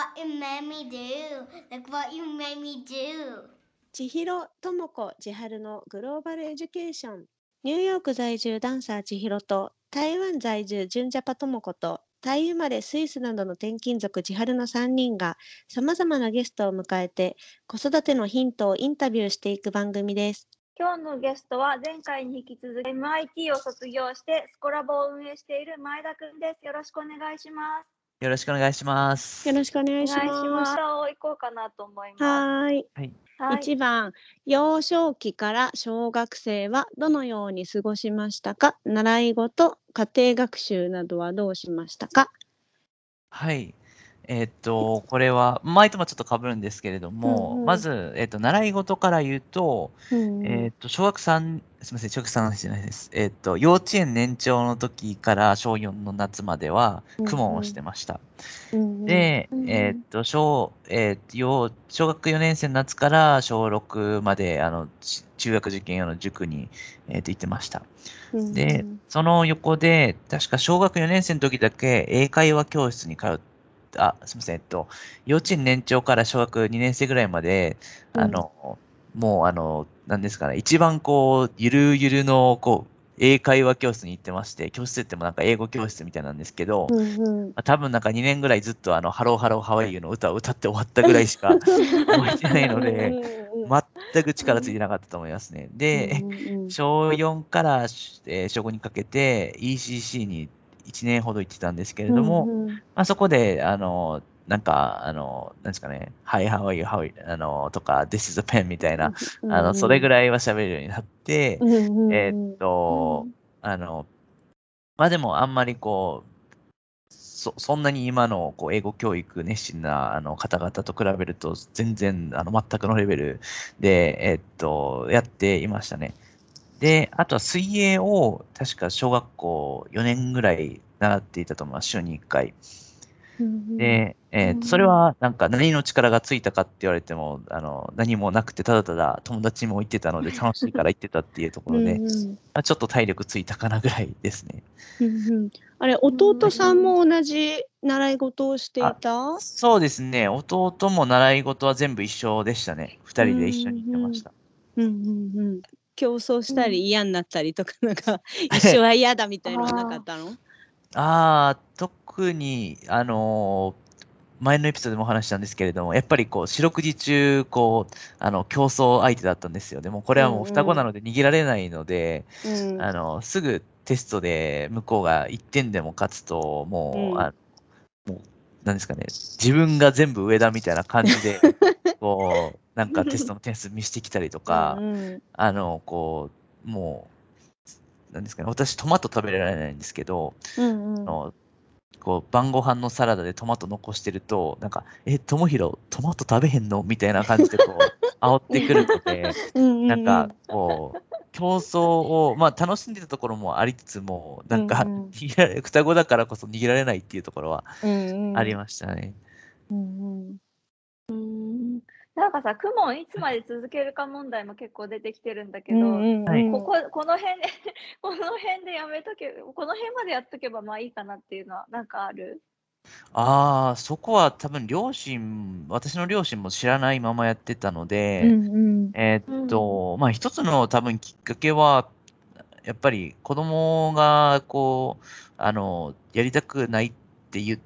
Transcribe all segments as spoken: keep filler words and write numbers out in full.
what you made me do. Look what you made me do. 千尋智子千春のグローバルエデュケーション。ニューヨーク在住ダンサー千尋と台湾在住純ジャパ智子とタイ生まれスイスなどの転勤族千春のさんにんがさまざまなゲストを迎えて子育てのヒントをインタビューしていく番組です。 今日のゲストは前回に引き続き エムアイティー を卒業してスコラボを運営している前田くんです。よろしくお願いします。 よろしくお願いします。 よろしくお願おいします。 願いします。を行こうかなと思います。 はーい。 はい。 はい。 いちばん、幼少期から小学生はどのように過ごしましたか？習い事、家庭学習などはどうしましたか？ はい。えーっと、これは前ともちょっと被るんですけれども、 うんうんまず、えーっと、習い事から言うと、 うんうんえーっと、小学さん、すみません、小学さんじゃないです。えーっと、幼稚園年長の時から小よんの夏までは、公文をしてました。 うんうんで、 うんえーっと、小、えーっと、幼小学よねん生の夏から小ろくまで、あの、ち中学受験用の塾に、えーっと、行ってました。 うんで、その横で、確か小学よねん生の時だけ英会話教室に通って、あ、すみません、えっと、幼稚園年長から小学にねん生ぐらいまで、 うんあの、もう、あの、なんですかね、一番こう、ゆるゆるの、こう、英会話教室に行ってまして、教室ってもなんか英語教室みたいなんですけど、 うんうんまあ多分なんかにねんぐらいずっとあの、ハローハローハワイユーの歌を歌って終わったぐらいしか覚えてないので、全く力ついてなかったと思いますね。で、 うん小よんから、えー小ごにかけて イーシーシー にいちねんほど行ってたんですけれども、 うんまあ、そこで、あの、なんか、あの、なんですかね、Hi, how are you? How are you? あの、とか、This is a pen みたいな、 うんあの、それぐらいは喋れるようになって、 うんうんえーっと、あの、まあでもあんまりこう、そそんなに今のこう英語教育熱心なあの方々と比べると全然あの全くのレベルで、えーっと、やっていましたね。で、あとは水泳を確か小学校よねんぐらい習っていたと思います。週にいっかい。 うんで、えーっと、それはなんか何の力がついたかって言われても、あの、何もなくて、ただただ友達も行ってたので楽しいから行ってたっていうところで、 うんうんまあ、ちょっと体力ついたかなぐらいですね。 うんうんあれ、弟さんも同じ習い事をしていた？ そうですね。弟も習い事は全部一緒でしたね。二人で一緒に行ってました。 うんうんうん競争したり嫌になったりとか、なんか一緒は嫌だみたいのはなかったの？ ああ、特に、あのー前のエピソードでもお話したんですけれども、やっぱりこう、四六時中、こう、あの、競争相手だったんですよ。でも、これはもう双子なので逃げられないので、 うんあの、すぐテストで向こうがいってんでも勝つと、もう、 うんあもう、なんですかね、自分が全部上だみたいな感じで、こう、なんかテストの点数見してきたりとか、 うんあの、こう、もう、なんですかね、私トマト食べられないんですけど、 うんうんあのこう、晩ご飯のサラダでトマト残してると、なんか、え、ともひろ、トマト食べへんのみたいな感じで、こう、煽ってくるので、 うんなんか、こう、競争を、まあ、楽しんでたところもありつつも、なんか、 うんうん逃げられ双子だからこそ逃げられないっていうところはうんうんありましたね。 うんうんうんなんかさ、クモンいつまで続けるか問題も結構出てきてるんだけど、 うんうんはいこここの辺でこの辺でやめとけこの辺までやっとけばまあいいかなっていうのはなんかある？ ああ、そこは多分両親、私の両親も知らないままやってたのうで、 んうんえーっと、まあ一つの多分きっかけは、やっぱり子供がこう、あの、やりたくないって言って、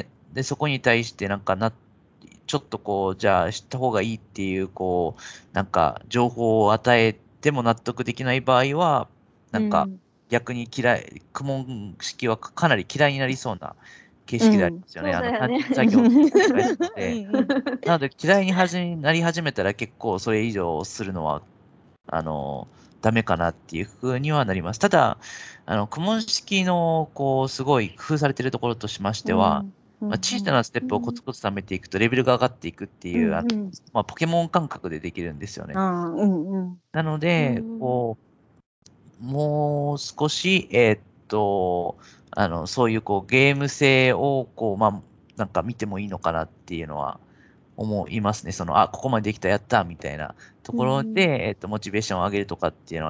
で、そこに対してなんかな、ちょっとこう、じゃあ知った方がいいっていう、こう、なんか情報を与えても納得できない場合は、なんか逆に嫌い、苦問式はかなり嫌いになりそうな形式でありますよね。 うんあの、 そうだよね単純作業を繰り返すので。 うんうんなので嫌いにはじなり始めたら結構それ以上するのは、あの、ダメかなっていう風にはなります。ただ、あの、苦問式の、こう、すごい工夫されているところとしましては、まあ、小さなステップをコツコツ貯めていくとレベルが上がっていくっていう、あのうんうんまあ、ポケモン感覚でできるんですよね。 ああうんうんなので、こう、もう少し、えーっと、あの、そういうこうゲーム性を、こう、まあ、なんか見てもいいのかなっていうのは思いますね。その、あ、ここまでできた、やった、みたいなところで、 うんうんえーっと、モチベーションを上げるとかっていうのはよ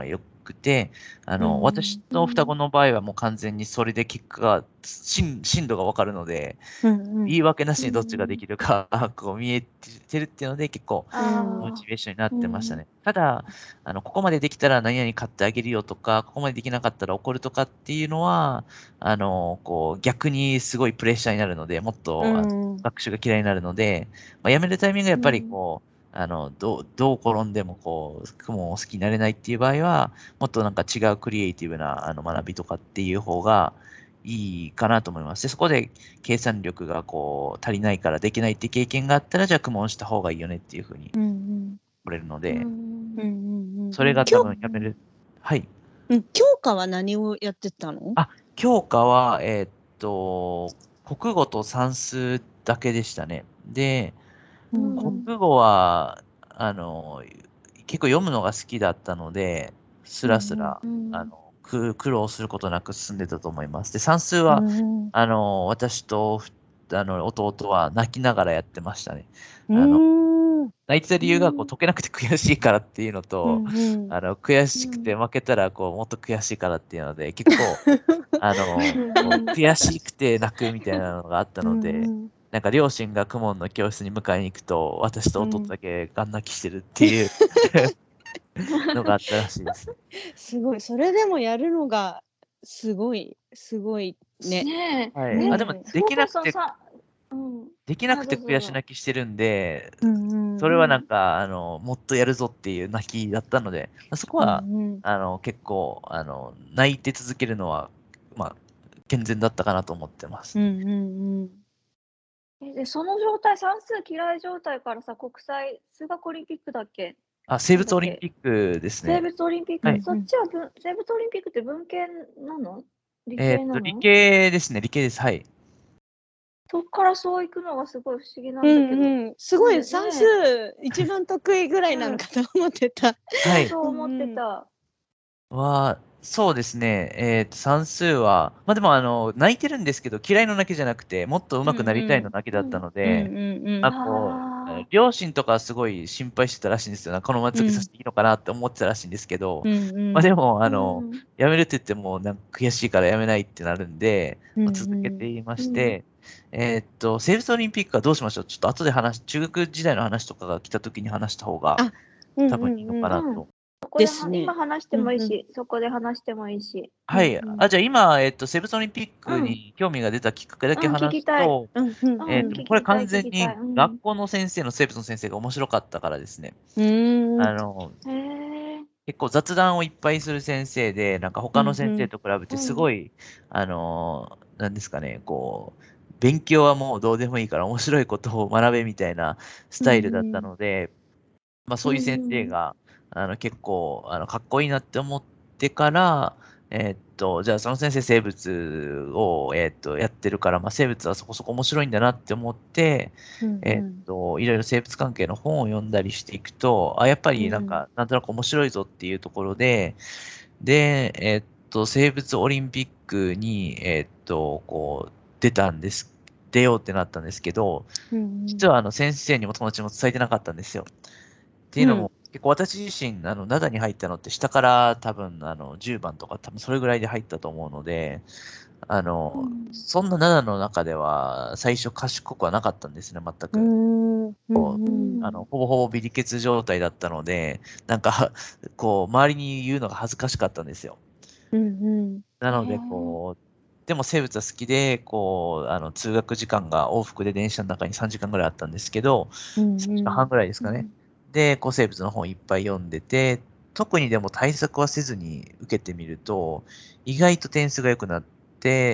くて、あの、 うん私の双子の場合はもう完全にそれで結果が、進進度がわかるので、 うん言い訳なしにどっちができるか、こう見えてるっていうので、結構あモチーベーションになってましたね。ただ、あの、ここまでできたら何々買ってあげるよとか、ここまでできなかったら怒るとかっていうのは、あの、こう、逆にすごいプレッシャーになるので、もっと、あのうん学習が嫌いになるので、まあ、辞めるタイミングはやっぱりこう、あの、どう、どう転んでもこう、雲を好きになれないっていう場合は、もっとなんか違うクリエイティブなあの学びとかっていう方がいいかなと思います。で、そこで計算力がこう足りないからできないって経験があったら、じゃあ、公文した方がいいよねっていうふうにうん取れるのうで、 うんんうんうんそれが多教分やめる。はい。 うん教科は何をやってたの？ あ、教科は、えーっと、国語と算数だけでしたね。で、 うんうん国語は、あの、結構読むのが好きだったので、スラスラ、 うんあの、く苦労することなく進んでたと思います。で、算数うは、 んあの、私とふあの弟は泣きながらやってましたね。 うあの、 んうん泣いてた理由がこう解けなくて悔しいからっていうのうと、 んあの、悔しくて負けたらこうもっと悔しいからっていうので、結構、あの、こう悔しくて泣くみたいなのがあったので、なんか両親が公文の教室に迎えに行くと、私と弟だけガン泣きしてるっていうのがあったらしいですね。 すごい。それでもやるのがすごい、すごいね。 ねえ、 はい。 ねあ、でもできなくて、 さ、うん、 できなくてあどうぞどうぞ悔し泣きしてるんで、 うんそれはなんか、あの、もっとやるぞっていう泣きだったので、まあそこは、 うんあの、結構、あの、泣いて続けるのは、まあ、健全だったかなと思ってますうんね。 うんうんえで、その状態、算数嫌い状態からさ、国際数学オリンピックだっけあ、生なんだっけ物オリンピックです生ね。 物オリンピック、 はい。 そっちは文生物オリンピックって文系なの理えーっと、 系なの理系ですね、理系です。はい。 そっからそう行くのがすごい不思議なうんだけど。 んうん。すごねい算数ね一番得意ぐらいなのかと思ってた。 そうはい。 そう思ってた。 は、そうですね。えーっと、算数は、まあでも、あの、泣いてるんですけど、嫌いの泣きじゃなくて、もっと上手くなりたいの泣きだったのうんで、 うんまあ、こう、 ああ、 両親とかはすごい心配してたらしいんですよな。このまま続けさせていいのかなって思ってたらしいんですけど、 うんうんまあでも、あうの、 ん、 辞めるって言っても、なんか悔しいから辞めないってなるんで、 うんまあ、続けていましうんて、えーっと、生物オリンピックはどうしましょう。ちょっと後で話、中学時代の話とかが来た時に話した方があうん多分いいのかなうんと。 そこではですね今話してもいいし、そこで話してもいいし。 はい。 うんうんあ、じゃあ今、えっと、生物オリンピックうん、 に興味が出たきっかけだけうん、聞話きたい。 すと、 うんうんうん、 えっと、これ聞きたい、 完全聞きたい。 にうん。 学校の先生の生物の先生が面白かったからですね。 うんあの、 へえ。 結構雑談をいっぱいする先生で、なんか他の先生と比べてすごい、あの、なんですかね、こう、勉強はもうどうでもいいから面白いことを学べみたいなスタイルだったので、まあそういう先生が、あの結構、あの、かっこいいなって思ってから、えーっと、じゃあその先生生物を、えーっと、やってるから、まあ生物はそこそこ面白いんだなって思って、 うんえーっと、いろいろ生物関係の本を読んだりしていくと、あ、やっぱりなんか、なんとなく面白いぞっていうところで、で、えーっと、生物オリンピックに、えーっと、こう、出たんです。出ようってなったんですけど、 うん実はあの先生にも友達にも伝えてなかったんですよ。っていうのも、結構私自身、あの、灘に入ったのって下から多分、あの、じゅうばんとか多分それぐらいで入ったと思うので、あの、 うんそんな灘の中では最初賢くはなかったんですね、全うく。 んうんあの、ほぼほぼ微力血状態だったので、なんか、こう、周りに言うのが恥ずかしかったんですよ。 うんなので、 へーこう、でも生物は好きで、こう、あの、通学時間が往復で電車の中にさんじかんぐらいあったんですけど、 うんさんじかんはんぐらいですかね。で、こう生物の本いっぱい読んでて、特にでも対策はせずに受けてみると、意外と点数が良くなって、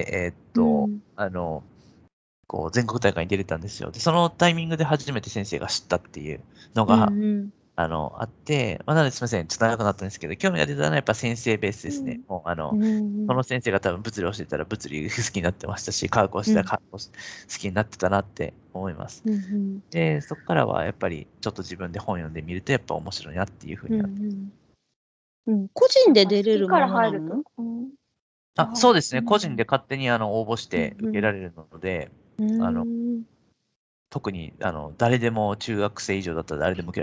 えーっと、 うんあの、こう全国大会に出れたんですよ。で、そのタイミングで初めて先生が知ったっていうのが、 うんあの、あって、まあ、なのですみません、ちょっと長くなったんですけど、興味が出たのはやっぱ先生ベースですね。もう、あの、 うんその先生が多分物理を教えたら物理好きになってましたし、科学をしてたら科学を好きになってたなって思います。 うんで、そこからはやっぱりちょっと自分で本読んでみるとやっぱ面白いなっていうふうになって。 うん個人で出れるもの好きから入るなのと。うんあ、 あそうですね。 うん個人で勝手にあの応募して受けられるので、あの、特にあの誰でも中学生以上だったら誰でも受けられる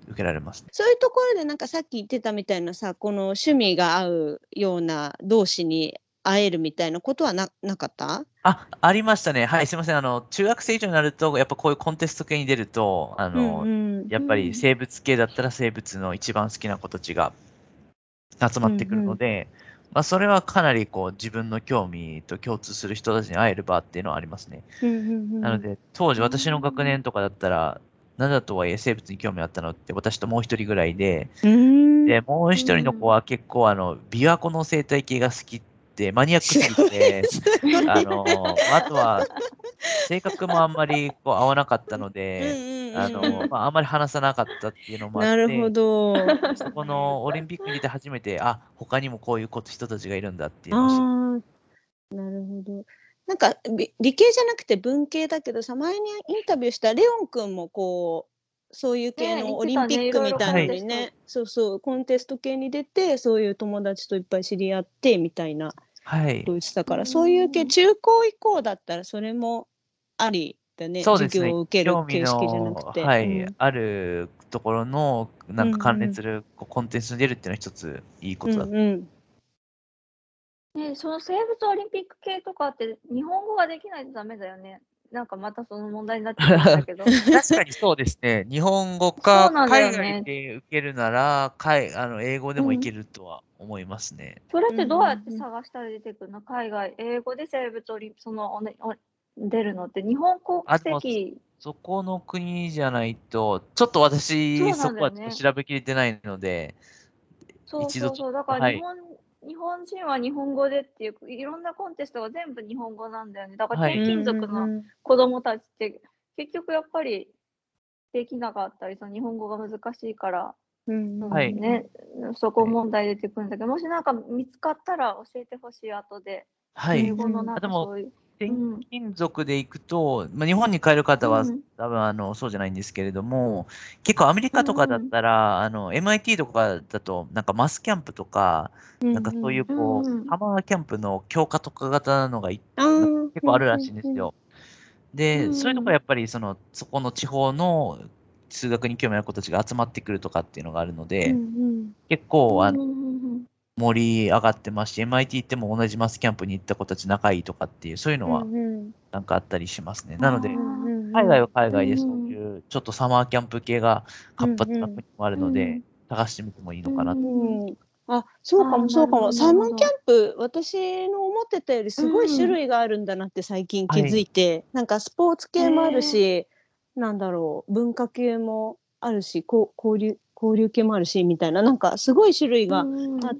受けられますね。 そういうところでなんかさっき言ってたみたいなさ、この趣味が合うような同士に会えるみたいなことはななかった？ あ、ありましたね。はい、すいません。あの、中学生以上になると、やっぱこういうコンテスト系に出ると、あうんの、 うんやっぱり生物系だったら生物の一番好きな子たちが集まってくるので、まあ、それはかなりこう自分の興味と共通する人たちに会える場っていうのはありますね。 うんうんうんなので、当時私の学年とかだったら、なんだとはいえ生物に興味あったのって私ともう一人ぐらいで、 うーんで、もう一人の子は結構あの、琵琶湖の生態系が好きって、マニアックすぎて、 すごいねあの、あとは、性格もあんまりこう合わなかったので、 うんうんうんあの、まあ、あんまり話さなかったっていうのもあっなるほて、 ど。 そこのオリンピックに出て初めて、あ、他にもこういうこと人たちがいるんだっていうあのを知っあ、なるほど。なんかび理系じゃなくて文系だけどさ、前にインタビューしたレオン君もこうそういう系ねのオリ言ってたねンピックみたいのにいろいろコンテね、そうそうコンテスト系に出て、そういう友達といっぱい知り合ってみたいなはいこと。を言ってたから、 うんそういう系中高以降だったらそれもありだね。授そうですね。 業を受ける興味形式じゃなくの、 て。 はい、 うんあるところの、なんか関連するこうコンテンツに出るっていうのは一ついいこうとだ。 んうんね、その生物オリンピック系とかって日本語ができないとダメだよね。なんかまたその問題になってきましたけど。 確かにそうですね。日本語そかうなんだよ海外ね。 で受けるなら、海あの英語でうん。 もいけるとは思いますね。 それってどうやってうんうんうん探したら出てくるの？海外、英語で生物オリンそのおねお出るのって日本国あ、でも、 籍。 そこの国じゃないと、ちょっと私、 そうなそこはんだよね。 ちょっと調べきれてないので、一度ちょっそうそうそう。だと、はい、 から日本日本人は日本語でっていう、いろんなコンテストが全部日本語なんだよね。だからはい、 転勤族の子供たちって結局やっぱりできなかったり、その日本語が難しいから、 うんそはいのね、そこ問題出てくるんだけど、もしなんか見つかったら教えてほしい、後で。英はい。 語のなんあでも、 かそういう。う転ん。 勤族で行くと、まあ、日本に帰る方はうん。 多分あのそうじゃないんですけれども、結構アメリうカとかだっん。 たら、あの エムアイティー とかだと、なんかマスキャンプとか、 うんなんかそういううこう、 ん。 サマーキャンプの強化特化型なのがいあーなんか結構あるらしいんですうんよ。 うで、そういうとこん。 やっぱりその、そこの地方の数学に興味ある子たちが集まってくるとかっていうのがあるのうんで、 うん結う構あのん。 盛り上がってますし、エムアイティー 行っても同じマスキャンプに行った子たち仲いいとかっていう、そういうのはうんうんなんかあったりしますね。 あなので、 あ。 海外は海う外でそうん。 いうちょっとサマーキャンプ系が活発なうん国もあるうので、 ん。 探してみてもいいのかなと。 うん。 うん、あ、そうかああ、 もそうかも。 なるほど、なサマーキャるほど。 ンプ、私の思ってたよりすごい種類があるんだなって最近気はい。 づいて、なんかスポーツへ系もあるえ。 し、なんだろう、文化系もあるし、こう交流交流系もあるしみたいな、なんかすごい種類うがんうん。 あって、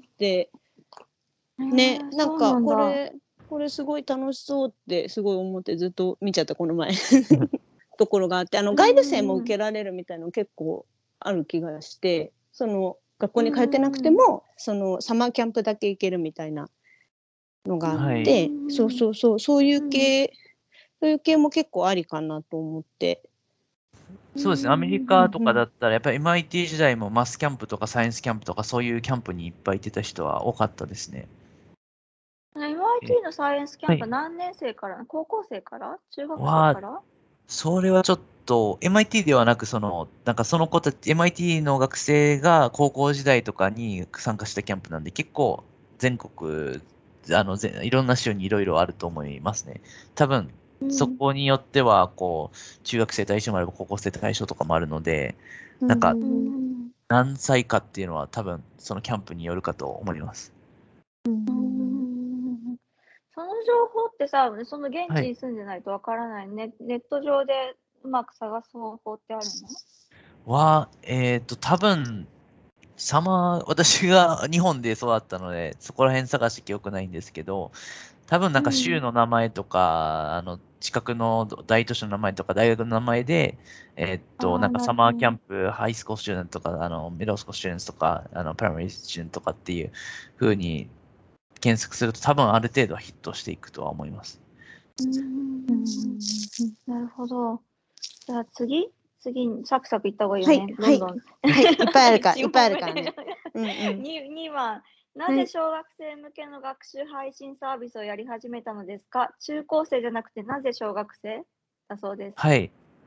へね、 え、そうなんかなんだ。 これこれすごい楽しそうってすごい思ってずっと見ちゃったこの前ところがあって、あのうガイド生もんうん。 受けられるみたいの結構ある気がして、その学校うに通ってなくてんうん。 も、そのサマーキャンプだけ行けるみたいなのがあっうんはい。 て、そうそうそう、そういううん。 系そういう系も結構ありかなと思って。 そうですね。アメリうんカとかだったら、やっぱり エムアイティー 時代もマスキャンプとかサイエンスキャンプとかそういうキャンプにいっぱい行ってた人は多かったですね。 エムアイテえ、 ィー のサイエンスキャンプははい。 何年生から？高校生から？中学生は、 から？ それはちょっと エムアイティー ではなく、その、なんかその子たち、エムアイティー の学生が高校時代とかに参加したキャンプなんで、結構全国、あの、ぜいろんな州にいろいろあると思いますね。多分、そうん。 こによっては、こう、中学生対象もあれば高校生対象とかもあるので、 うんなんかううんん。 何歳かっていうのは多分そのキャンプによるかと思います。 ううんん。その情報ってさ、その現はい。 地に住んでないとわからないね。ネット上でうまく探す方法ってあるの？ は、えっと、多分、サマー、私が日本で育ったので、そこら辺探して記憶ないんですけど、多分なんか州うん。 の名前とか、あの、近くの大都市の名前とか、大学の名前で、えっと、 ああ、 なんかサマーキャンなるほどね。 プ、ハイスコールスチューデントとか、あの、ミドルスコールスチューデントとか、あの、プライマリースチューデントとかっていう風に検索すると多分ある程度はヒットしていくとは思います。 ううんん。なるほど。じゃあ次次にサクサクいった方がいいよはいね。どはいんどん。 はい、いっぱいあるからいっぱいある一からね。うんうん。 問目。ににばん、なぜはい。 小学生向けの学習配信サービスをやり始めたのですか？中高生じゃなくてなぜ小学生だそうです。 はい。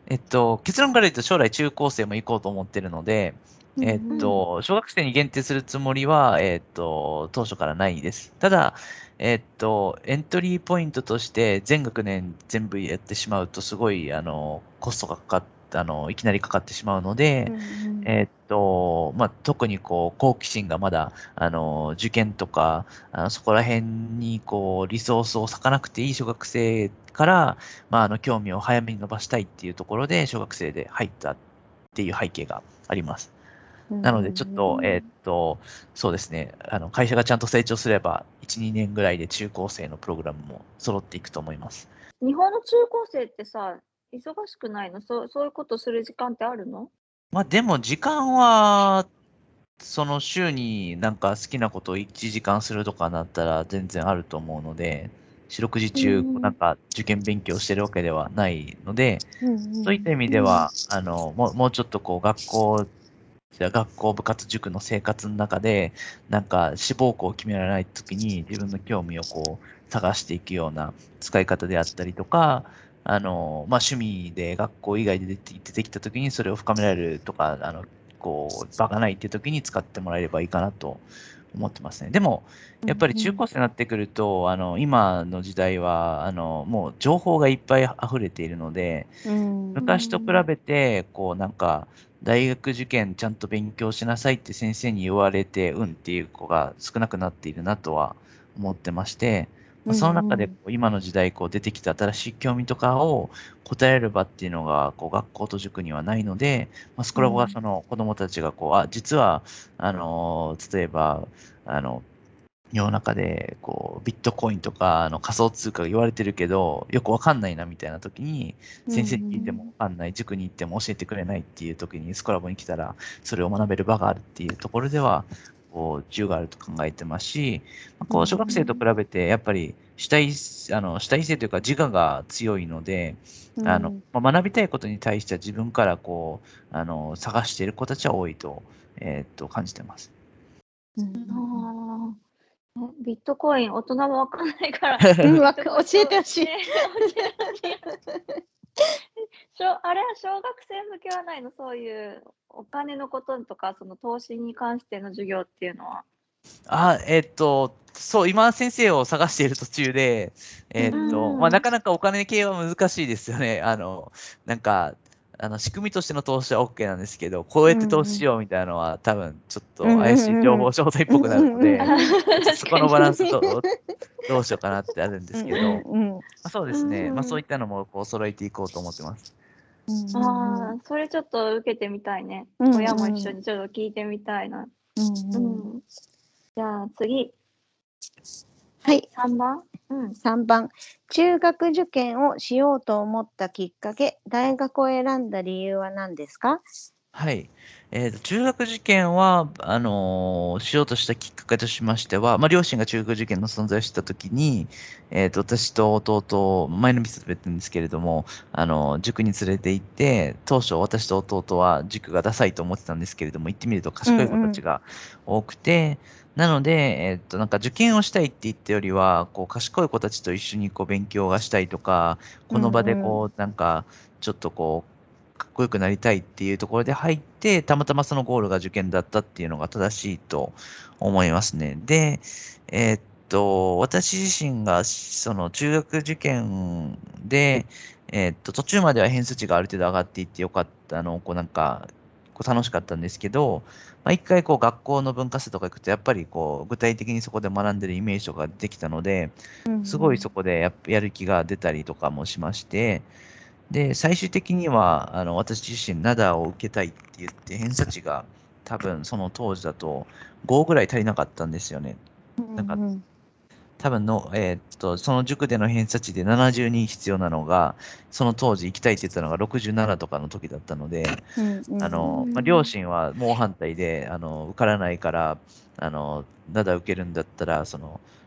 えっと、結論から言うと将来中高生も行こうと思ってるので、えっうんと、小学生に限定するつもりは、えっと、当初からないです。ただ、えっと、エントリーポイントとして全学年全部やってしまうとすごい、あの、コストがかかっあの、いきなりかかってしまうので、えっと、まあ、特にこう、好奇心がまだ、あの、受験とか、あの、そこら辺にこう、リソースを割かなくていい小学生から、まあ、あの、興味を早めに伸ばしたいっていうところで、小学生で入ったっていう背景があります。なので、ちょっと、えーっと、そうですね、あの、会社がちゃんと成長すれば、いち、にねんぐらいで中高生のプログラムも揃っていくと思います。 日本の中高生ってさ、忙しくないの？そう、そういうことする時間ってあるの？ まあ、でも、時間は、その週になんか好きなことをいちじかんするとかなったら全然あると思うので、四六時中、なんか受験勉強してるわけではないので、そういった意味では、あの、もう、もうちょっとこう、学校、じゃあ学校、部活、塾の生活の中で、なんか志望校を決められないときに自分の興味をこう探していくような使い方であったりとか、あの、まあ、趣味で学校以外で出て出てきたときにそれを深められるとか、あの、こう、場がないっていうときに使ってもらえればいいかなと思ってますね。でも、やっぱり中高生になってくると、あの、今の時代は、あの、もう情報がいっぱい溢れているので、昔と比べて、こうなんか、大学受験ちゃんと勉強しなさいって先生に言われて、うんっていう子が少なくなっているなとは思ってまして、まあ、その中でこう今の時代こう出てきた新しい興味とかを答える場っていうのがこう学校と塾にはないので、まあ、スコラボはその子供たちがこう、あ、実は、あのー例えば、あの、世の中でこうビットコインとかあの仮想通貨が言われてるけど、よくわかんないなみたいな時に、先生に聞いてもわかんない、塾に行っても教えてくれないっていう時にスコラボに来たら、それを学べる場があるっていうところでは、こう、需要があると考えてますし、まあこう、小学生と比べて、やっぱり主体、あの、主体性というか自我が強いので、あの、まあ学びたいことに対しては自分からこう、あの、探している子たちは多いと、えーっと、感じてます。 あーえビットコイン、大人もわかんないから、 うん、わかちょっと教えてほしい。 ね教えてほしい。しょあれは小学生向けはないの？そういうお金のこととか、その投資に関しての授業っていうのは。 あ、えっと、そう、今先生を探している途中で、えっと、まあ、 うんなかなかお金系は難しいですよね。あの、なんか、あの、仕組みとしての投資は OK なんですけど、こうやって投資しようみたいなのは多分ちょっと怪しい情報商材っぽくなるので、 あちょっとそこのバランス確かどう、どうしようかなってあるんですけど、まあ、そうですね。まあ、そういったのもこう揃えていこうと思ってます。 あー、それちょっと受けてみたいね。 うんうん親も一緒にちょっと聞いてみたいな。うん。じゃあ次、 はい、 さんばん。うん。 さんばん。中学受験をしようと思ったきっかけ、大学を選んだ理由は何ですか？ はい。えーと、中学受験は、あのーしようとしたきっかけとしましては、まあ、両親が中学受験の存在を知ったときに、えーと、私と弟、前の店で言ったんですけれども、あのー塾に連れて行って、当初私と弟は塾がダサいと思ってたんですけれども、行ってみると賢い子たちが多くて、なので、えっと、なんか受験をしたいって言ったよりは、こう、賢い子たちと一緒にこう勉強がしたいとか、この場でこう、なんか、ちょっとこう、かっこよくなりたいっていうところで入って、たまたまそのゴールが受験だったっていうのが正しいと思いますね。で、えーっと、私自身が、その中学受験で、えーっと、途中までは偏差値がある程度上がっていってよかったあの、こうなんか、こう楽しかったんですけど、まあ、一回こう学校の文化祭とか行くと、やっぱりこう具体的にそこで学んでるイメージとかできたので、すごいそこでやっぱやる気が出たりとかもしまして、で、最終的には、あの、私自身、ナダを受けたいって言って、偏差値が多分その当時だとごぐらい足りなかったんですよね。なんか、多分の、えーっと、その塾での偏差値でななじゅうに必要なのが、その当時行きたいって言ったのがろくじゅうななとかの時だったので、あの、まあ、両親は猛反対で、あの、受からないから、あの、ナダ受けるんだったら、その、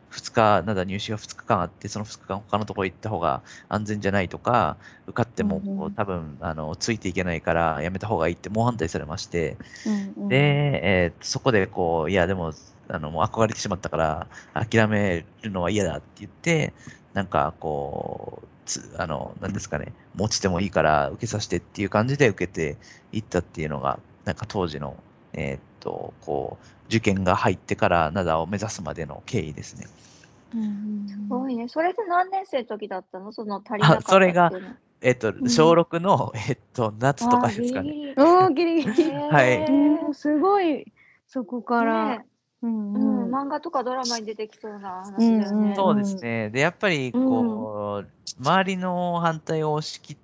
ふつか、なんだ入試がふつかかんあって、そのふつかかん他のところ行った方が安全じゃないとか、受かってもうんうん多分あのついていけないからやめた方がいいって猛反対されまして、 うんうんで、えーそこでこう、いやでも、あのもう憧れてしまったから諦めるのは嫌だって言って、なんかこう、つあの、なんですかね、持ちてもいいから受けさせてっていう感じで受けていったっていうのが、なんか当時の、えーっと、こう、受験が入ってから灘を目指すまでの経緯ですね。 うんすごいね。それで何年生の時だったの？その足りなかあ、 ったそれが、 っていうの。 えっと、 ん小ろくの、えっと、夏とああ、ギかですかね。 リギリ。 おー、ギリギリ。 はいへうん、すごい、そこから。 ねうんううんん、漫画とかドラマに出てきそうなうん話だよね。 そうですね。で、やっぱり、 うん。 こう、周りの反対を押し切って、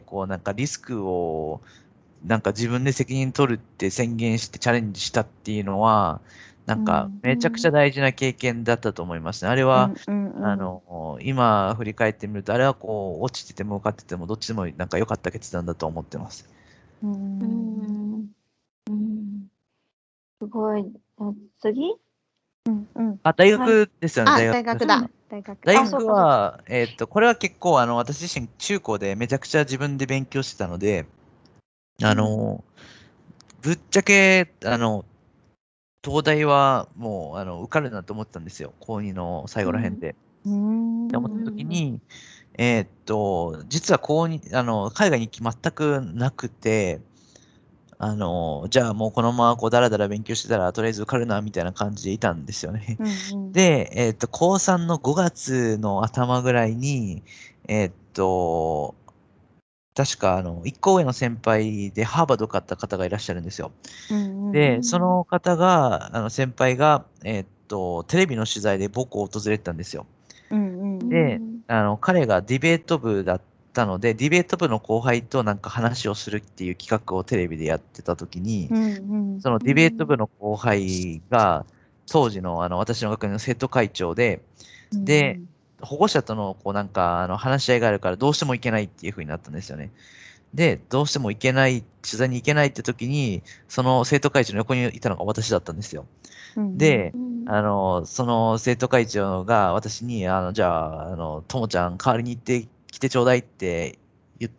こう、なんかリスクを、なんか自分で責任取るって宣言してチャレンジしたっていうのは、なんかうんめちゃくちゃ大事な経験だったと思いますね。あれうは、 んうんうんあの、今振り返ってみると、あれはこう、落ちてても受かってても、どっちでもなんか良かった決断だと思ってます。 ううんん。うん。すごい。あ次うんうんあ、大はい。 学ですよね、 あ、 大大学だ学ですよね。。 大学。 あ、そ大学うかそうか。 は、えっと、これは結構、あの、私自身、中高でめちゃくちゃ自分で勉強してたので、あの、ぶっちゃけ、あの、東大はもう、あの、受かるなと思ってたんですよ。高にの最後ら辺で。 うんって思った時に、えーっと、実は高に、あの、海外に行き全くなくて、あの、じゃあもうこのままこう、だらだら勉強してたら、とりあえず受かるな、みたいな感じでいたんですよね。 うんうんで、えーっと、高さんのごがつの頭ぐらいに、えーっと、確か、あの、一個上の先輩でハーバード受かった方がいらっしゃるんですよ。 うんうんで、その方が、あの、先輩が、えーっと、テレビの取材で僕を訪れてたんですよ。 うんうんで、あの、彼がディベート部だったので、ディベート部の後輩となんか話をするっていう企画をテレビでやってた時に、 うんそのディベート部の後輩が、当時のあの、私の学年の生徒会長で、 うんで、保護者とのこうなんかあの話し合いがあるからどうしても行けないっていう風になったんですよね。で、どうしても行けない、取材に行けないって時に、その生徒会長の横にいたのが私だったんですよ。 うんで、 うんあの、その生徒会長が私に、あの、じゃあ、あの、ともちゃん代わりに行ってきてちょうだいって言って、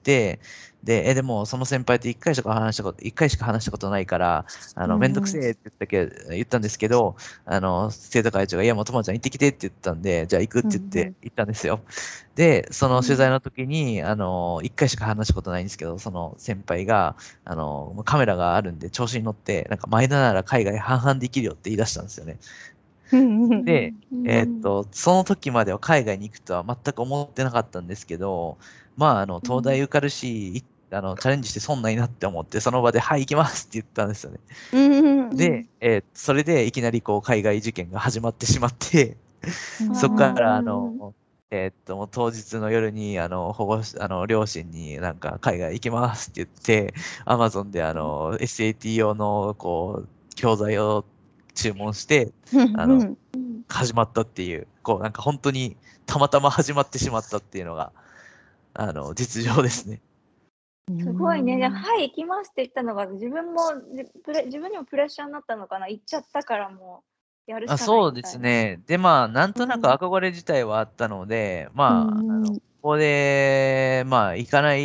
で、え、でもその先輩と一回しか話したこと、一回しか話したことないから、あの、 うんめんどくせえって言ったけど、言ったんですけど、あの、生徒会長が、いや、もうともちゃん行ってきてって言ったんで、じゃあ行くって言っうんうてん行ったんですよ。で、その取材の時に、あの、一回しか話したことないんですけど、その先輩が、あの、もうカメラがあるんで調子に乗って、なんか前田なら海外半々できるよって言い出したんですよね。 うんうんで、 うんえーっと、その時までは海外に行くとは全く思ってなかったんですけど、まあ、あの、東大受かるし、いあの、チャレンジして損ないなって思って、その場で、はい、行きますって言ったんですよね。 うんで、えーそれでいきなりこう、海外受験が始まってしまって、 うんそこから、あうんの、えーっと、もう当日の夜に、あの、保護者、あの、両親になんか、海外行きますって言って、アマゾンで、あの、エスエーティー 用の、こう、教材を注文して、あの、 うん始まったっていう、こう、なんか本当にたまたま始まってしまったっていうのが、あの、実情ですね。 すごいね。で、はい、行きますって言ったのが、自分もじプレ、自分にもプレッシャーになったのかな。行っちゃったからもう、やるしあ、 かないそうでみたいな。 すね。で、まあ、なんとなくうん憧れ自体はあったので、 うまあ、あの、 んここで、まあ、行かない、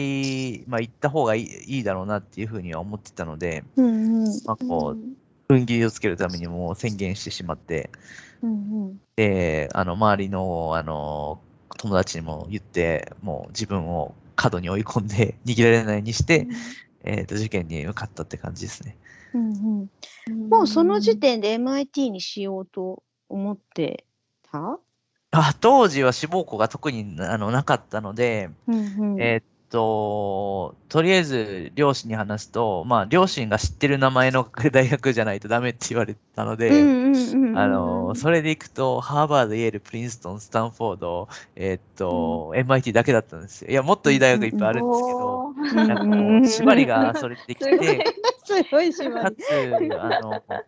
まあ、行った方がいい、いいだろうなっていうふうには思ってたので、 うんまあ、こう、 うん踏ん切りをつけるためにもう宣言してしまって、 うんで、あの、周りの、あの、友達にも言って、もう自分を角に追い込んで逃げられないようにして、えっと、受験に受かったって感じですね。 うんうんうんもうその時点で エムアイティー にしようと思ってた？ あ、当時は志望校が特にあのなかったので、 うんうんえーっと、とりあえず両親に話すと、まあ、両親が知ってる名前の大学じゃないとダメって言われたのうで、 んうんうんあの、それで行くと、ハーバード、イェール、プリンストン、スタンフォード、えーっと、エムアイティー だけだったんですよ。いや、もっといい大学いっぱいあるんですけど、 おーなんかこう、縛りがそれできすごいて、 すごい縛り。 かつ、あの、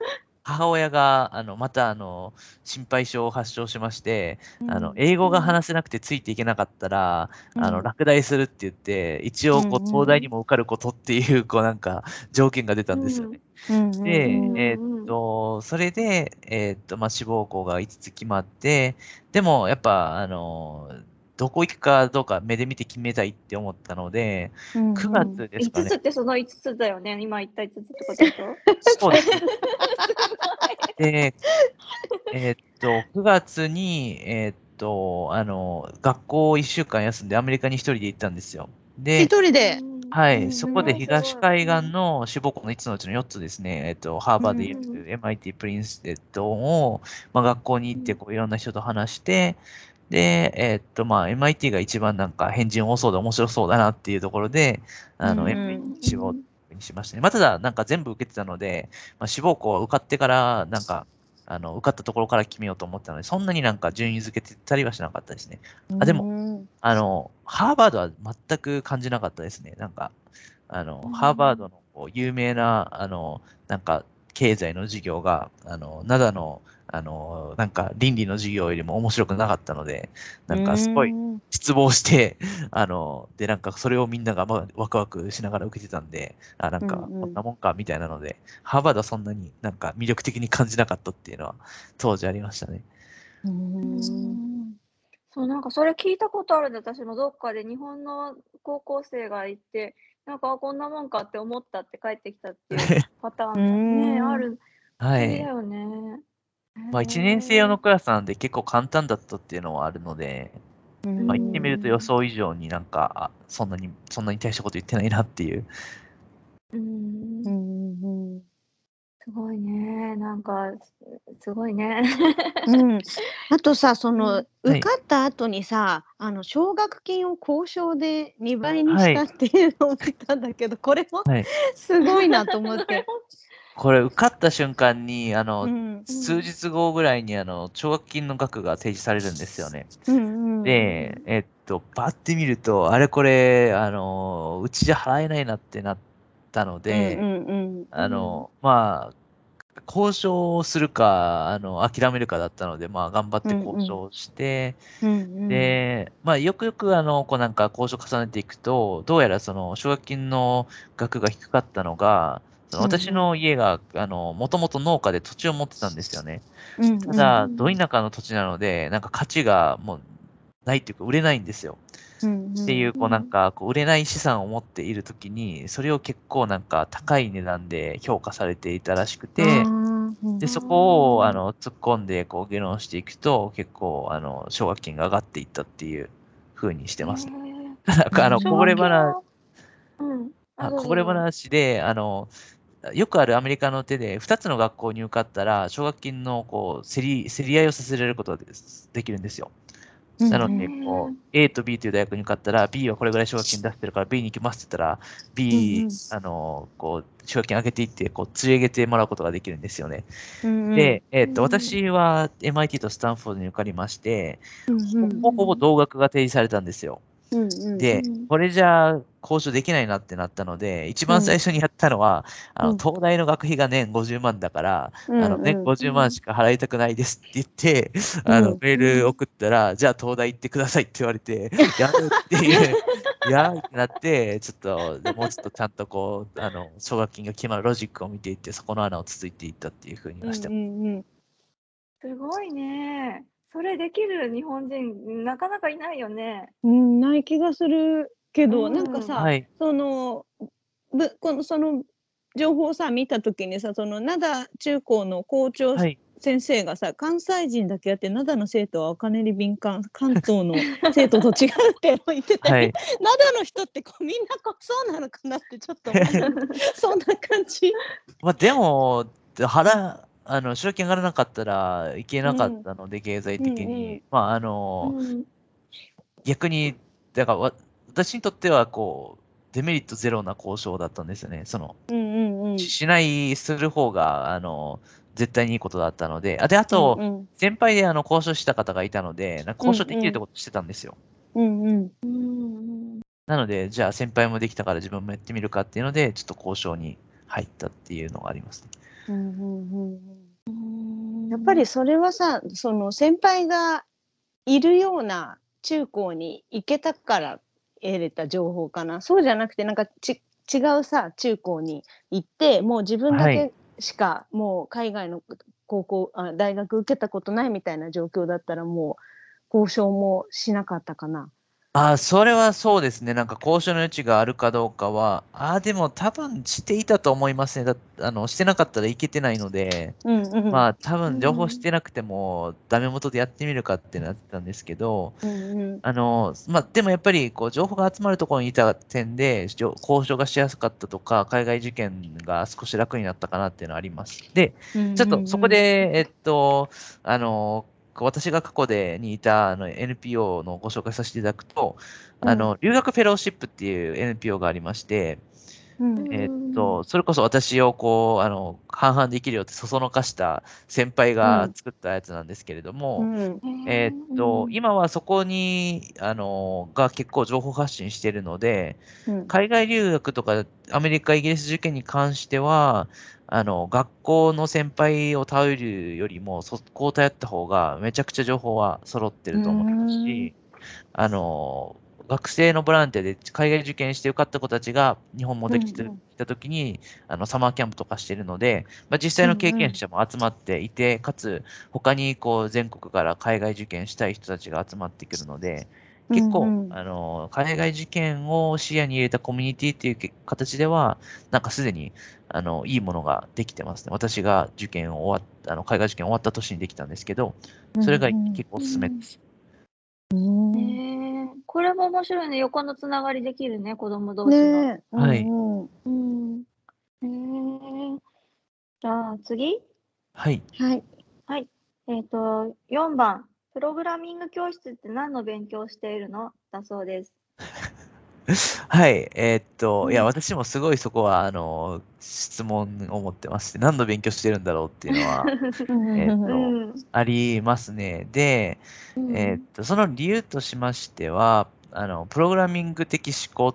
母親が、あの、また、あの、心配性を発症しまして、あの、 うん英語が話せなくてついていけなかったら、あの、 うん落第するって言って、一応、こう、 うん東大にも受かることっていう、こう、なんか、条件が出たんですよね。 うんで、 うんえーっと、それで、えーっと、まあ、志望校がいつつ決まって、でも、やっぱ、あの、どこ行くかどうか目で見て決めたいって思ったので、 うんくがつですか 5 ね。 つってそのいつつだよね。今言ったいつつってことでしょそうですね。で、えーっと、くがつに、えーっと、あの、学校をいっしゅうかん休んでアメリカに一人で行ったんですよ。 一で、 人で。 はい、 うんそこですごい東海岸の志望校のいつつのうちのよっつですね、えっと、ハーバード、イェール、エムアイティー、プリンステッドを、まあ、学校に行って、こう、いろんな人と話して、で、えっと、まあ、エムアイティー が一番なんか変人多そうで面白そうだなっていうところで、あの、 うんエムアイティー にしようにしましたね。まあ、ただ、なんか全部受けてたので、まあ、志望校は受かってから、なんか、あの、受かったところから決めようと思ったので、そんなになんか順位付けてたりはしなかったですね。あ、でも、 も、 あの、ハーバードは全く感じなかったですね。なんか、あの、ハーバードのこう有名な、あの、なんか、経済の授業が、あの、ナダの、あの、なんか、倫理の授業よりも面白くなかったので、なんか、すごいうん失望して、あの、で、なんか、それをみんなが、まあ、ワクワクしながら受けてたんで、あ、なんか、 うんうんこんなもんか、みたいなので、ハーバードはそんなになんか魅力的に感じなかったっていうのは、当時ありましたね。 うんそう、なんかそれ聞いたことあるんで、私もどっかで日本の高校生がいて、なんか、あ、こんなもんかって思ったって帰ってきたっていうパターンがね、 うんある。 はい。 不思議だよね。 まあ、いちねん生用のクラスなんで結構簡単だったっていうのはあるので、まあ、言ってみると予想以上になんか、あそんなに、そんなに大したこと言ってないなっていう。 うんう、んうんすごいね。なんか、すすごいね。 うん、あとさ、その、 はい受かった後にさ、あの、奨学金を交渉でにばいにはいしたっていうのを見たんだけど、これもはい。 すごいなと思って。 これ受かった瞬間に、あうの、 ん。 数日後ぐらいに、あの、奨学金の額が提示されるんですよね。 うんうん。 で、えっと、バッて見ると、あれこれ、あの、うちじゃ払えないなってなったのうんで、 うんうん。 あの、まあ、交渉するか、あの、諦めるかだったので、まあ、頑張って交渉して、 うんうん。 で、まあ、よくよく、あの、こうなんか交渉重ねていくと、どうやらその、奨学金の額が低かったのが、そのうんうん私の家が、あの、もともと農家で土地を持ってたんですよね。 うんうん。 ただ、ど田舎の土地なので、なんか価値がもうないっていうか、売れないんですよ。 うんうん。 っていう、こうなんか、こう売れない資産を持っているときに、それを結構なんか高い値段で評価されていたらしくて、 うんで、そこを、あの、突っ込んで、こう、議論していくと、結構、あの、奨学金が上がっていったっていう風にしてます。なんか、あの、 うんこぼれ奨学金話、 はうん。あ、 あ、こぼれどうぞどうぞ。 話で、あの、よくあるアメリカの手で、ふたつの学校に受かったら、奨学金の、こう、競り、競り合いをさせられることがでできるんですよ。 うんなので、 へえ。 こう、A と B という大学に受かったら、B はこれぐらい奨学金出してるから B に行きますって言ったら、 うんう B、 ん。 あの、こう、奨学金上げていって、こう、釣り上げてもらうことができるんですよね。 うんうん。 で、えっと、 うん。 私は エムアイティー とスタンフォードに受かりまして、 うんうん。 ほぼほぼ同額が提示されたんですよ。 うんうん。 で、 うん。 これじゃあ交渉できないなってなったので、一番うん最初にやったのは、あの、 うん。 東大の学費が年ごじゅうまんだから、 うんあの、年うん。 ごじゅうまんしか払いたくないですって言って、 うあの、 ん。 メール送ったら、じゃあ東大行ってくださいって言われて、やるっていう、やーってなって、ちょっと、でもうちょっとちゃんとこう、あの、奨学金が決まるロジックを見ていって、そこの穴をつついていったっていうふうにうんはしてます。 うんうん。 すごいね。それできる日本人、なかなかいないよね。 うん、ない気がするけうど、なんかん。 さ、 はい。 その、ぶこの、その情報をさ、見た時にさ、その灘中高の校長はい。 先生がさ、関西人だけあって、灘の生徒はお金に敏感、関東の生徒と違うって言ってて、 はい。 灘の人ってこうみんなこうそうなのかなってちょっと思うんだけど、そんな感じ。 まあ、でも、払、あの、賞金上がらなかったらいけなかっうん。 たので、経済うんう的に。 ん。 まあ、あうの、 ん。 逆に、だからわ、私にとっては、こう、デメリットゼロな交渉だったんですよね。その、 うんうんうん。 ししない、する方が、あの、絶対にいいことだったので、あ、で、あうんと、 うん。 先輩であの、交渉した方がいたので、なんか交渉できるってことしてたんですよ。 うんうん。 うん。 なので、じゃあ先輩もできたから自分もやってみるかっていうので、ちょっと交渉に入ったっていうのがありますね。 うんうんうんうん。 やっぱりそれはさ、その先輩がいるような中高に行けたから得れた情報かな。そうじゃなくて、なんかち違うさ、中高に行って、もう自分だはい。 けしか、もう海外の高校、あ、大学受けたことないみたいな状況だったら、もう交渉もしなかったかな。 ああ、それはそうですね。なんか交渉の余地があるかどうかは、ああ、でも多分していたと思いますね。だあの、してなかったらいけてないので、 うんうん。 まあ多分情うん報してなくても、ダメ元でやってみるかってなってたんですけど、 うんうん。 あの、まあでもやっぱりこう情報が集まるところにいた点で、じょ交渉がしやすかったとか、海外受験が少し楽になったかなっていうのはあります。で、 うんちょっとそこうんうん。 で、えっと、あの、私が過去でにいたあの エヌピーオー のご紹介させていただくと、 うんあの、留学フェローシップっていう エヌピーオー がありまして、 うんえっうんと、それこそ私をこう、あの、半々できるよってそそのかした先輩うんが作ったやつなんですけれどうも、 んえっと、 うん今はそこに、あの、が結構情報発信しているので、 うん海外留学とかアメリカ、イギリス受験に関しては、あの、学校の先輩を頼るよりも、そこを頼った方がめちゃくちゃ情報は揃ってうると思いますんし、あの、学生のボランティアで海外受験して受かった子たちが日本戻ってきたうんうん来た時に、あの、サマーキャンプとかしてるので、まあ、実うんう際の経験ん者も集まっていて、かつ、他にこう、全国から海外受験したい人たちが集まってくるので、 う結構、 んうんあの、海外受験を視野に入れたコミュニティっていうけ形では、なんかすでに、あの、いいものができてますね。私が受験を終わっあの、海外受験終わった年にできたんですけど、それが結構おすすめです。 うんうんへえ、これも面白いね。横のつながりできるね、子供同士の。 ねえ、うはい。 んうん。 うん。へえ。じゃあ次。 はい。 はい。 はい。えっと、よんばん。プログラミング教室って何の勉強をしているのだそうです。 はい。えーっと、いや、 うん。 私もすごいそこは、あの、質問を持ってまして、何の勉強してるんだろうっていうのは、 うんえーっうと、 ん。 ありますね。で、 うん。 えーっと、その理由としましては、あの、プログラミング的思考って、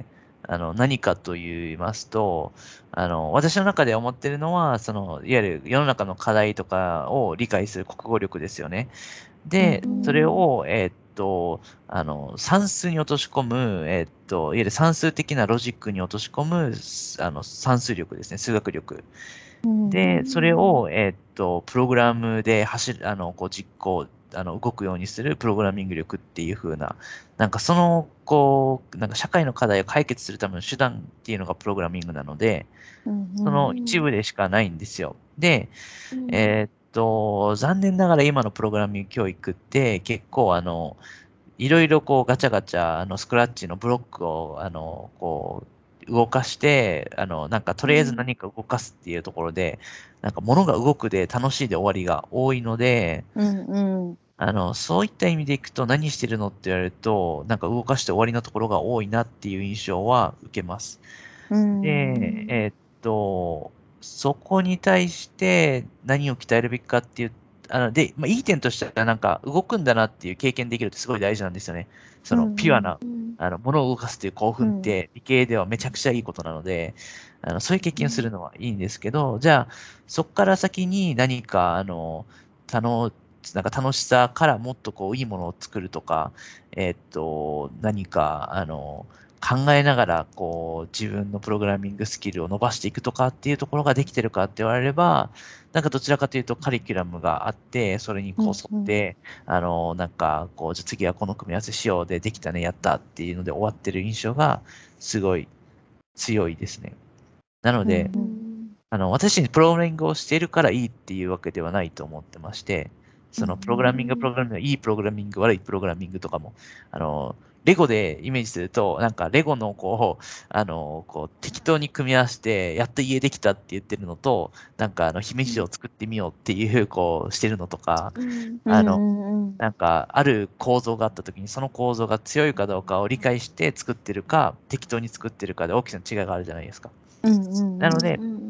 あの、何かと言いますと、あの、私の中で思ってるのは、その、いわゆる世の中の課題とかを理解する国語力ですよね。で、 うんそれを、えーっと、あの、算数に落とし込む、えーっと、いわゆる算数的なロジックに落とし込む、すあの、算数力ですね、数学力。 うんで、それを、えーっと、プログラムで走る、あの、こう実行、あの、動くようにするプログラミング力っていう風な、なんかその、こう、なんか社会の課題を解決するための手段っていうのがプログラミングなので、 うんその一部でしかないんですよ。で、 うん。 えーっと、残念ながら今のプログラミング教育って結構あの、いろいろこうガチャガチャ、あのスクラッチのブロックをあの、こう、動かして、あの、なんかとりあえず何か動かすっていうところで、なんか物が動くで楽しいで終わりが多いので、 うんうんあの、そういった意味でいくと何してるのって言われると、なんか動かして終わりのところが多いなっていう印象は受けます。 うんで、えーっと、そこに対して何を鍛えるべきかっていう、あの、で、まあ、いい点としてはなんか動くんだなっていう経験できるってすごい大事なんですよね。そのピュアな、 うん。 あの、物を動かすっていう興奮っうんて理系ではめちゃくちゃいいことなので、あの、そういう経験をするのはいいんですけど、じゃあ、そこから先に何か、あの、たの、なんか楽しさからもっとこういいものを作るとか、えーっと、何か、あの、考えながら、こう、自分のプログラミングスキルを伸ばしていくとかっていうところができてるかって言われれば、なんかどちらかというとカリキュラムがあって、それにこう沿って、あの、なんか、こう、じゃあ次はこの組み合わせしようでできたね、やったっていうので終わってる印象がすごい強いですね。なので、 うんうん。 あの、私にプログラミングをしているからいいっていうわけではないと思ってまして、そのプログラミング、プログラミング、いいプログラミング、悪いプログラミングとかも、あの、レゴでイメージすると、なんかレゴのこう、あの、こう、適当に組み合わせて、やっと家できたって言ってるのと、なんかあの、姫路を作ってみようっていう、こう、してるのとか、 うん。 あの、 うんなんか、ある構造があったときに、その構造が強いかどうかを理解して作ってるか、適当に作ってるかで大きな違いがあるじゃないですか。 うんうんなのでう、ん。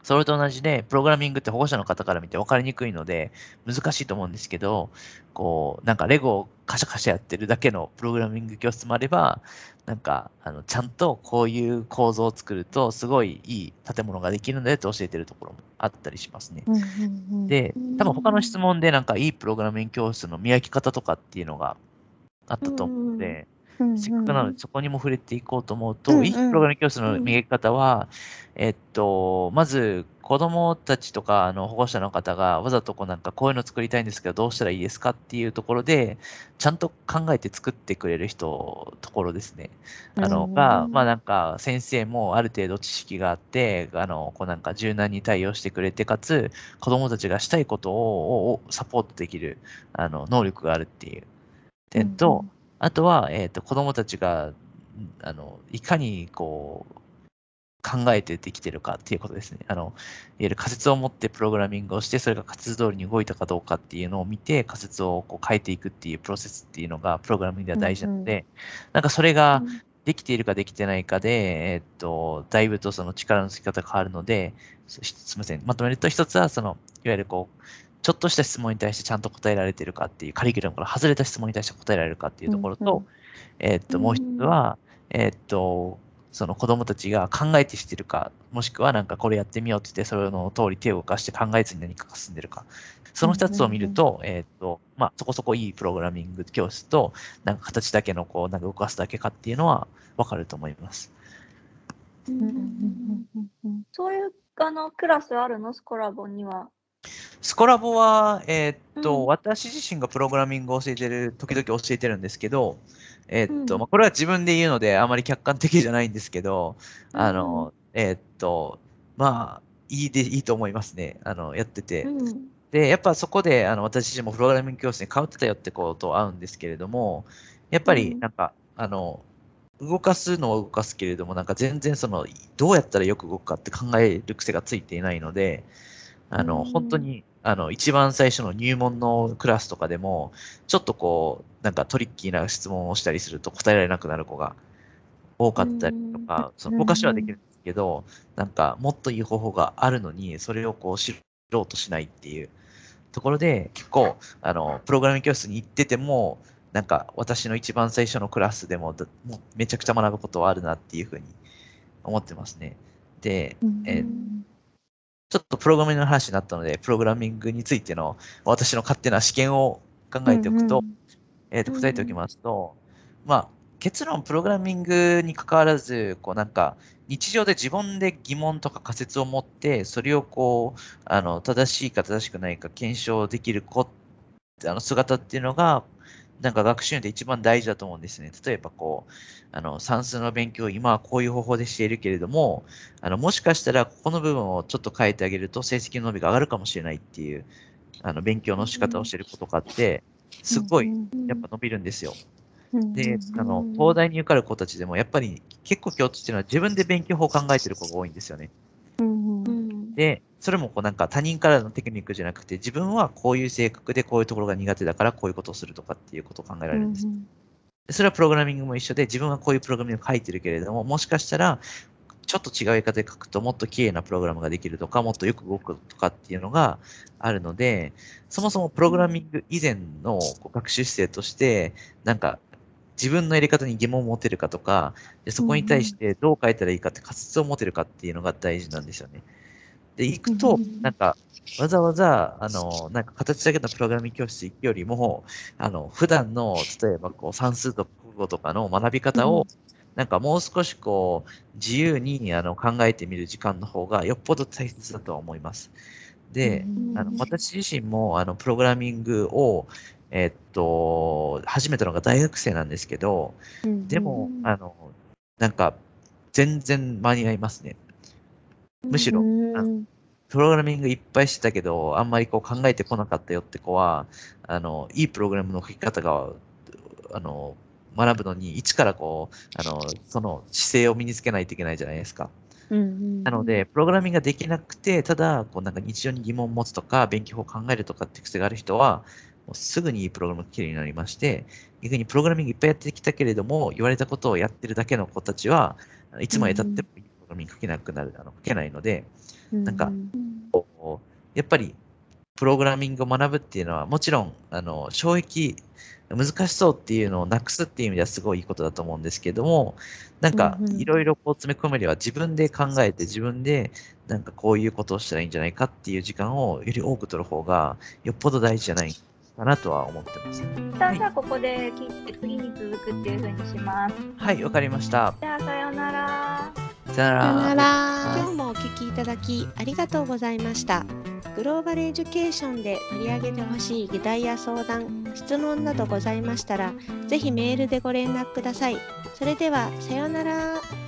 それと同じで、プログラミングって保護者の方から見て分かりにくいので、難しいと思うんですけど、こう、なんかレゴをカシャカシャやってるだけのプログラミング教室もあれば、なんか、あの、ちゃんとこういう構造を作ると、すごいいい建物ができるんだよって教えてるところもあったりしますね。 うんうんで、多分他の質問でなんかいいプログラミング教室の見分け方とかっていうのがあったと思うので、 うんせっかくなのでそこにも触れていこうと思うと、 うんうんいいプログラミング教室の見分け方は、えっと、まず子供たちとかあの保護者の方がわざとこうなんかこういうの作りたいんですけどどうしたらいいですかっていうところで、ちゃんと考えて作ってくれる人、ところですね。あの、 うんが、まあなんか先生もある程度知識があって、あの、こうなんか柔軟に対応してくれて、かつ子供たちがしたいことををサポートできるあの能力があるっていう点と、あとは、えっと、子供たちが、んあの、いかにこう、考えてできてるかっていうことですね。あの、いわゆる仮説を持ってプログラミングをして、それが仮説通りに動いたかどうかっていうのを見て、仮説をこう変えていくっていうプロセスっていうのが、プログラミングでは大事なので、なんかそれができているかできてないかで、えっと、だいぶとその力のつき方が変わるので、すすみません。まとめると、一つは、その、いわゆるこう、ちょっとした質問に対してちゃんと答えられているかっていう、カリキュラムから外れた質問に対して答えられるかっていうところと、えっと、もう一つは、えっと、その子供たちが考えてしてるか、もしくはなんかこれやってみようって言って、それの通り手を動かして考えずに何かが進んでるか。その二つを見ると、えっと、まあ、そこそこいいプログラミング教室と、なんか形だけのこう、なんか動かすだけかっていうのは分かると思います。 そういうあのクラスあるの？スコラボには。 スコラボは、えーっと、 うん私自身がプログラミングを教えてる、時々教えてるんですけど、えーっと、 うんまあ、これは自分で言うので、あまり客観的じゃないんですけど、あうんの、えーっと、まあ、いいで、いいと思いますね。あの、やってて。 うんで、やっぱそこで、あの、私自身もプログラミング教室に通ってたよってこと会うんですけれども、やっぱり、なんか、あの、動かすのは動かすけれども、なんか全然その、どうやったらよく動くかって考える癖がついていないので、あの、本当に、あの、一番最初の入門のクラスとかでも、ちょっとこう、なんかトリッキーな質問をしたりすると答えられなくなる子が多かったりとか、その動かしはできるんですけど、なんかもっといい方法があるのに、それをこう知ろうとしないっていうところで、結構、あの、プログラミング教室に行ってても、なんか私の一番最初のクラスでも、だもうめちゃくちゃ学ぶことはあるなっていうふうに思ってますね。で、えーちょっとプログラミングの話になったので、プログラミングについての私の勝手な試験を考えておくと、えっと、答えておきますと、まあ、結論、プログラミングに関わらず、こうなんか、日常で自分で疑問とか仮説を持って、それをこう、あの、正しいか正しくないか検証できる子、あの姿っていうのが、なんか学習で一番大事だと思うんですね。例えばこう、あの、算数の勉強、今はこういう方法でしているけれども、あの、もしかしたらここの部分をちょっと変えてあげると成績の伸びが上がるかもしれないっていう、あの、勉強の仕方をしている子とかって、すごい、やっぱ伸びるんですよ。で、あの、東大に受かる子たちでも、やっぱり結構共通してるのは自分で勉強法を考えてる子が多いんですよね。で、それもこうなんか他人からのテクニックじゃなくて、自分はこういう性格でこういうところが苦手だからこういうことをするとかっていうことを考えられるんです。でそれはプログラミングも一緒で、自分はこういうプログラミングを書いてるけれども、もしかしたら、ちょっと違う言い方で書くともっと綺麗なプログラムができるとか、もっとよく動くとかっていうのがあるので、そもそもプログラミング以前のこう学習姿勢として、なんか自分のやり方に疑問を持てるかとか、でそこに対してどう書いたらいいかって仮説を持てるかっていうのが大事なんですよね。で、行くと、なんか、わざわざ、あの、なんか形だけのプログラミング教室行くよりも、あの、普段の、例えばこう算数と国語とかの学び方を、なんかもう少しこう、自由にあの考えてみる時間の方がよっぽど大切だとは思います。で、あの私自身もあのプログラミングを、えっと、始めたのが大学生なんですけど、でも、あの、なんか、全然間に合いますね。むしろ、あのプログラミングいっぱいしてたけど、あんまりこう考えてこなかったよって子は、あの、いいプログラムの書き方が、あの、学ぶのに、一からこう、あの、その姿勢を身につけないといけないじゃないですか。なので、プログラミングができなくて、ただ、こうなんか日常に疑問を持つとか、勉強法を考えるとかって癖がある人は、もうすぐにいいプログラムができるようになりまして、逆にプログラミングいっぱいやってきたけれども、言われたことをやってるだけの子たちは、いつまで経ってもいいプログログラミング書けなくなる、あの書けないので、 うんなんかうんこうやっぱりプログラミングを学ぶっていうのは、もちろん、あの、障壁、難しそうっていうのをなくすっていう意味ではすごいいいことだと思うんですけども、なんかうんうんいろいろこう詰め込めれば自分で考えて自分でなんかこういうことをしたらいいんじゃないかっていう時間をより多く取る方がよっぽど大事じゃないかなとは思ってます。 一旦じゃあここで切って次に続くっていう風にします。 はい、わかりました。 じゃあさようなら。 さよなら。 さよなら。今日もお聞きいただきありがとうございました。グローバルエデュケーションで取り上げてほしい議題や相談、質問などございましたら、ぜひメールでご連絡ください。それでは、さようなら。